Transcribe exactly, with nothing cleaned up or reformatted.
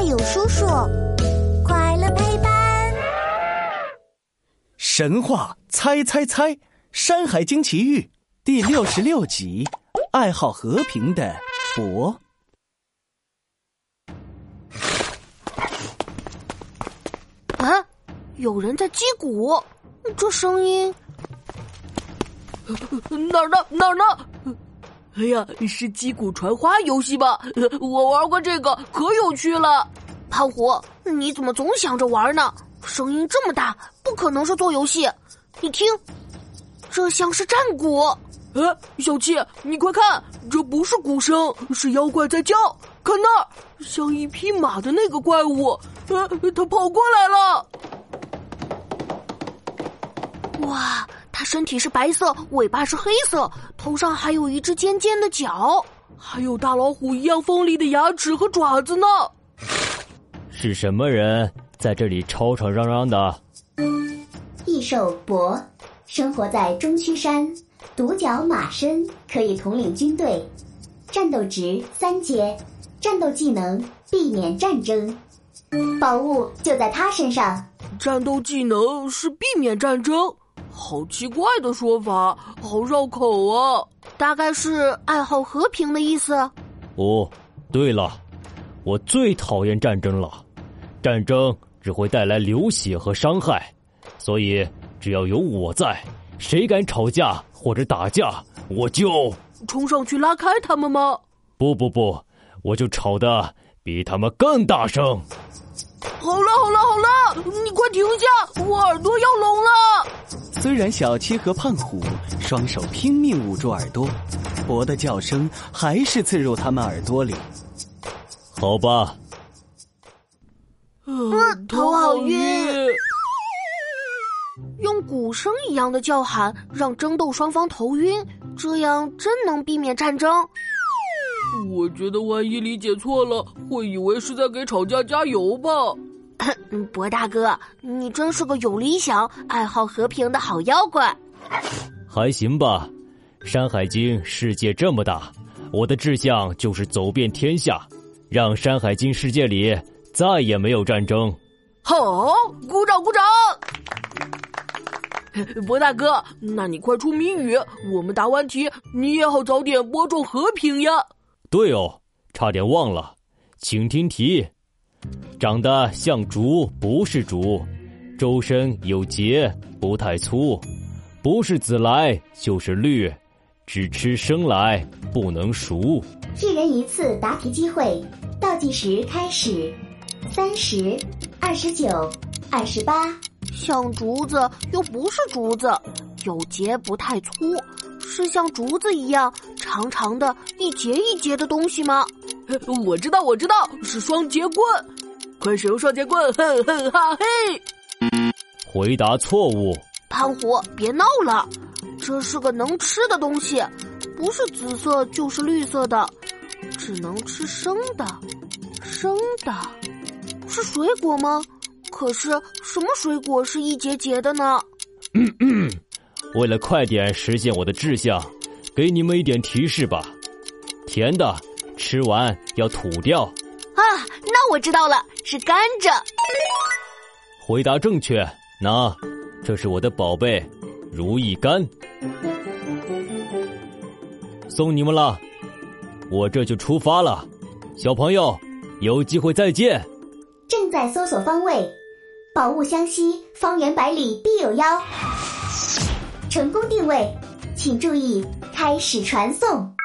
有叔叔，快乐陪伴。 神话猜猜猜，《山海经奇遇》第六十六集，爱好和平的博。 啊，有人在击鼓，这声音哪儿呢哪儿呢？哎呀，是击鼓传花游戏吧？我玩过这个，可有趣了。 胖虎，你怎么总想着玩呢？声音这么大，不可能是做游戏。你听，这像是战鼓。 哎，小七，你快看，这不是鼓声，是妖怪在叫。看那儿，像一匹马的那个怪物，呃，它跑过来了。 哇，它身体是白色，尾巴是黑色，头上还有一只尖尖的角， 还有大老虎一样锋利的牙齿和爪子呢。 是什么人在这里吵吵嚷嚷的？ 异兽博，生活在中区山，独角马身，可以统领军队，战斗值三阶，战斗技能避免战争，宝物就在他身上。 战斗技能是避免战争，好奇怪的说法，好绕口啊。 大概是爱好和平的意思。 哦，对了，我最讨厌战争了，战争只会带来流血和伤害，所以只要有我在，谁敢吵架或者打架，我就冲上去拉开他们吗？ 不不不，我就吵得比他们更大声。 好了好了好了，你快停下，我耳朵要聋了。 虽然小七和胖虎双手拼命捂住耳朵，博的叫声还是刺入他们耳朵里。 好吧。 嗯，头好晕。用鼓声一样的叫喊让争斗双方头晕，这样真能避免战争？ 我觉得万一理解错了，会以为是在给吵架加油吧。 博大哥，你真是个有理想、爱好和平的好妖怪。 还行吧，山海经世界这么大，我的志向就是走遍天下，让山海经世界里再也没有战争。 好，鼓掌鼓掌。博大哥，那你快出谜语，我们答完题你也好早点播种和平呀。 对哦，差点忘了，请听题。长得像竹不是竹，周身有节不太粗，不是紫来就是绿，只吃生来不能熟。 一人一次答题机会，倒计时开始。三十、二十九、二十八。 像竹子又不是竹子，有节不太粗，是像竹子一样长长的一节一节的东西吗？ 我知道我知道，是双节棍。快使用双节棍，哼哼哈嘿。 回答错误。 胖虎，别闹了，这是个能吃的东西，不是紫色就是绿色的，只能吃生的。生的是水果吗？可是什么水果是一节节的呢？ 嗯嗯，为了快点实现我的志向，给你们一点提示吧。甜的吃完要吐掉。 啊，那我知道了，是甘蔗。 回答正确，那这是我的宝贝如意柑，送你们了，我这就出发了。小朋友，有机会再见。 正在搜索方位，宝物相吸，方圆百里必有妖。成功定位，请注意开始传送。